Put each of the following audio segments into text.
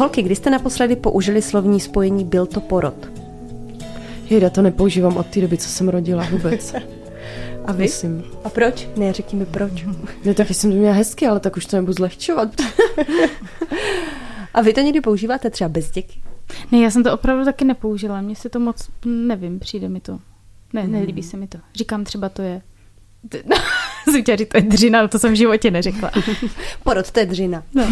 Holky, kdy jste naposledy použili slovní spojení byl to porod? Jejda, to nepoužívám od té doby, co jsem rodila vůbec. A vy? Myslím. A proč? Ne, řekni mi proč. No taky jsem to měla hezky, ale tak už to nebudu zlehčovat. A vy to někdy používáte třeba bez děky? Ne, já jsem to opravdu taky nepoužila. Mně se to moc, nevím, přijde mi to. Ne, nelíbí se mi to. Říkám třeba to je... Jsem chtěla říct, to je dřina, ale to jsem v životě neřekla. Porod, to je dřina. No.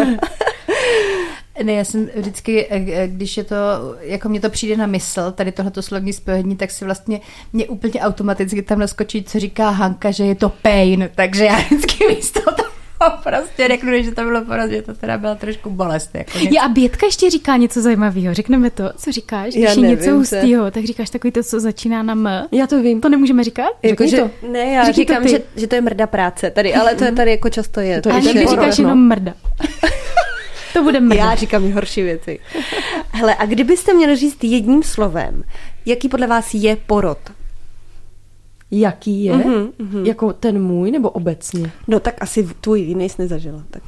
Ne, já jsem vždycky, když je to, jako mně to přijde na mysl, tady tohleto slovní spojení, tak si vlastně mě úplně automaticky tam naskočí, co říká Hanka, že je to pain, takže já vždycky místo toho prostě řeknu, že to bylo porod, že to teda byla trošku bolest. Jako a Bětka ještě říká něco zajímavého, řekneme to, co říkáš, když je něco hustýho, tak říkáš takový to, co začíná na M. Já to vím. To nemůžeme říkat? Jako, že, ne, já říkám, že to je mrda práce tady, ale to je tady jako často je. A někdy říkáš jenom mrda. To bude mrda. Já říkám horší věci. Hele, a kdybyste měli říct jedním slovem, jaký podle vás je porod? Jaký je? Jako ten můj, nebo obecně? No tak asi tvůj, jiný jsi nezažila. Tak.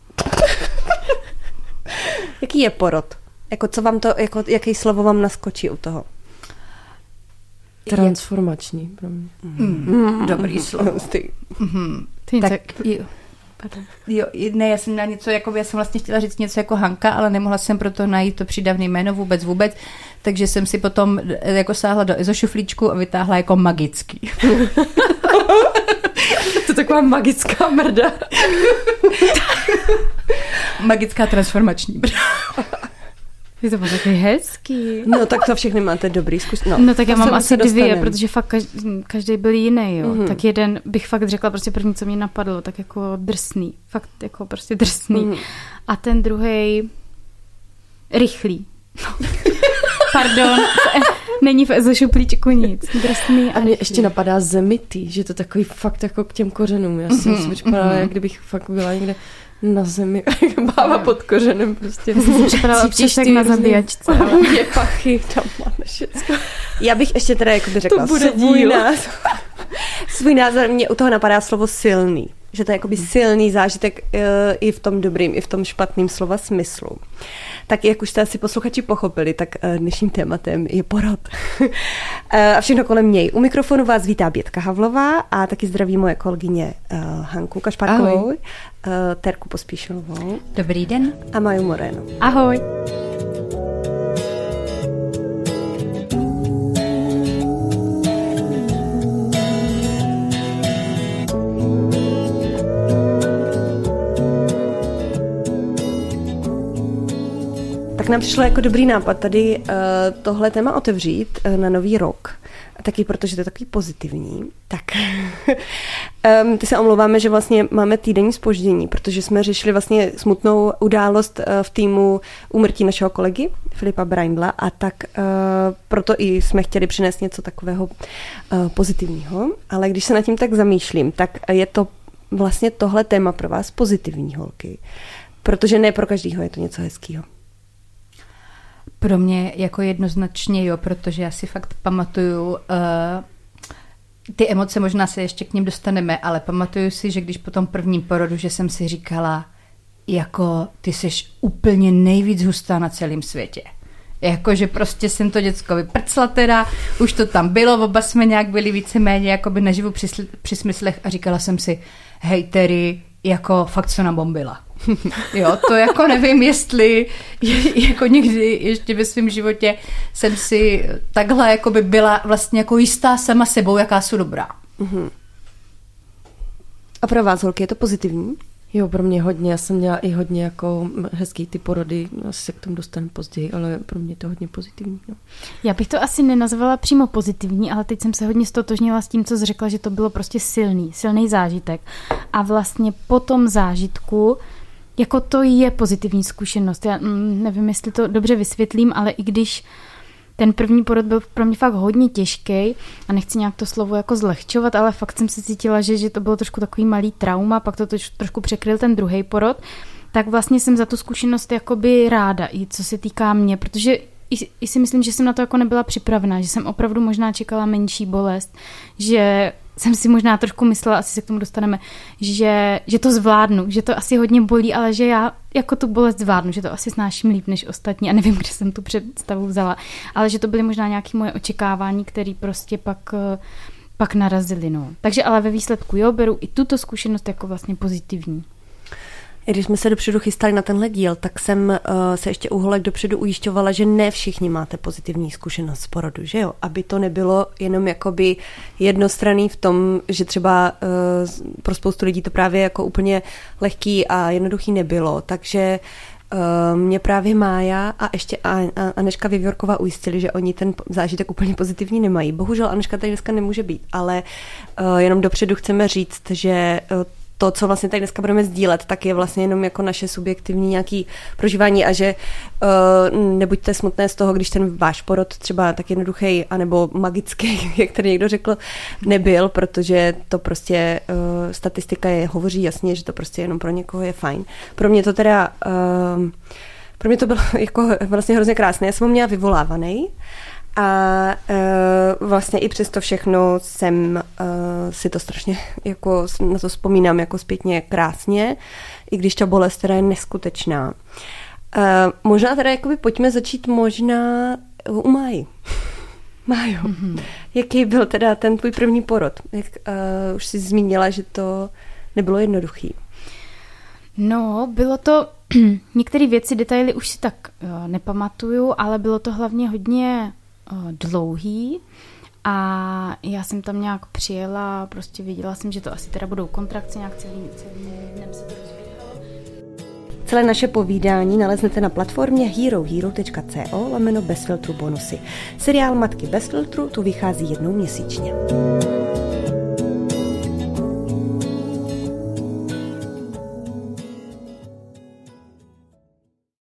Jaký je porod? Jako co vám to, jako jaký slovo vám naskočí u toho? Transformační pro mě. Dobrý slovo. Tak jo, ne, já jsem měla něco, jako já jsem vlastně chtěla říct něco jako Hanka, ale nemohla jsem proto najít to přídavné jméno vůbec, takže jsem si potom jako sáhla do šuflíčku a vytáhla jako magický. To je taková magická mrda. Magická transformační mrda. Je to bylo takový hezký. No tak to všechny máte dobrý zkus. No tak já mám asi dvě, protože fakt každý byl jiný, jo. Tak jeden bych fakt řekla prostě první, co mě napadlo, tak jako drsný. Fakt jako prostě drsný. A ten druhej rychlý. Pardon, není ze šuplíčku nic. Drsný a mě ještě napadá zemitý, že to takový fakt jako k těm kořenům. Já jsem si připadala, jak kdybych fakt byla někde na zemi, báva pod kořenem prostě. Jsem připadala příšek na zabíjačce. Je pachy, tam máme všecko. Já bych ještě teda jako by řekla svůj názor, mě u toho napadá slovo silný. Že to je jakoby silný zážitek i v tom dobrým, i v tom špatným slova smyslu. Tak jak už jste asi posluchači pochopili, tak dnešním tématem je porod. A všechno kolem něj. U mikrofonu vás vítá Bětka Havlová a taky zdraví moje kolegyně Hanku Kašpárkovou, Terku Pospíšilovou. Dobrý den. A Maju Moreno. Ahoj. Tak nám přišlo jako dobrý nápad tady tohle téma otevřít na nový rok. A taky protože to je takový pozitivní. Tak ty se omlouváme, že vlastně máme týdenní zpoždění, protože jsme řešili vlastně smutnou událost v týmu úmrtí našeho kolegy Filipa Braindla a tak proto i jsme chtěli přinést něco takového pozitivního. Ale když se nad tím tak zamýšlím, tak je to vlastně tohle téma pro vás pozitivní, holky. Protože ne pro každýho je to něco hezkýho. Pro mě jako jednoznačně jo, protože já si fakt pamatuju, ty emoce možná se ještě k ním dostaneme, ale pamatuju si, že když po tom prvním porodu, že jsem si říkala, jako ty seš úplně nejvíc hustá na celém světě. Jako, že prostě jsem to děcko vyprcla teda, už to tam bylo, oba jsme nějak byli víceméně jakoby naživu při smyslech a říkala jsem si, hej Terry, jako fakt se nabombila. Jo, to jako nevím, jestli jako někdy ještě ve svém životě jsem si takhle jako by byla vlastně jako jistá sama sebou, jaká jsou dobrá. A pro vás, holky, je to pozitivní? Jo, pro mě hodně. Já jsem měla i hodně jako hezký ty porody, asi se k tomu dostanu později, ale pro mě je to hodně pozitivní. No. Já bych to asi nenazvala přímo pozitivní, ale teď jsem se hodně stotožnila s tím, co jsi řekla, že to bylo prostě silný zážitek. A vlastně po tom zážitku jako to je pozitivní zkušenost. Já nevím, jestli to dobře vysvětlím, ale i když ten první porod byl pro mě fakt hodně těžký a nechci nějak to slovo jako zlehčovat, ale fakt jsem se cítila, že to bylo trošku takový malý trauma, pak to trošku překryl ten druhý porod, tak vlastně jsem za tu zkušenost jakoby ráda, i co se týká mě, protože i si myslím, že jsem na to jako nebyla připravená, že jsem opravdu možná čekala menší bolest, že jsem si možná trošku myslela, asi se k tomu dostaneme, že to zvládnu, že to asi hodně bolí, ale že já jako tu bolest zvládnu, že to asi snáším líp než ostatní a nevím, kde jsem tu představu vzala, ale že to byly možná nějaké moje očekávání, které prostě pak narazily. No. Takže ale ve výsledku beru i tuto zkušenost jako vlastně pozitivní. Když jsme se dopředu chystali na tenhle díl, tak jsem se ještě u holek dopředu ujišťovala, že ne všichni máte pozitivní zkušenost z porodu, že jo? Aby to nebylo jenom jakoby jednostranný v tom, že třeba pro spoustu lidí to právě jako úplně lehký a jednoduchý nebylo. Takže mě právě Mája a ještě Anežka Věvjorková ujistili, že oni ten zážitek úplně pozitivní nemají. Bohužel Anežka tady dneska nemůže být, ale jenom dopředu chceme říct, že to, co vlastně tady dneska budeme sdílet, tak je vlastně jenom jako naše subjektivní nějaký prožívání a že nebuďte smutné z toho, když ten váš porod třeba tak jednoduchý anebo magický, jak tady někdo řekl, nebyl, protože to prostě statistika hovoří jasně, že to prostě jenom pro někoho je fajn. Pro mě to teda pro mě to bylo jako vlastně hrozně krásné. Já jsem ho měla vyvolávaný a vlastně i přesto všechno jsem si to strašně jako na to vzpomínám jako zpětně krásně, i když ta bolest teda je neskutečná. Možná teda jakoby pojďme začít možná u Máji. Májo, jaký byl teda ten tvůj první porod? Jak už jsi zmínila, že to nebylo jednoduchý. No, bylo to, některé věci, detaily už si tak nepamatuju, ale bylo to hlavně hodně dlouhý a já jsem tam nějak přijela, prostě viděla jsem, že to asi teda budou kontrakce, nějak celý dnem se to rozbíhalo. Celé naše povídání naleznete na platformě herohero.co/bezfiltru bonusy. Seriál Matky bez filtru tu vychází jednou měsíčně.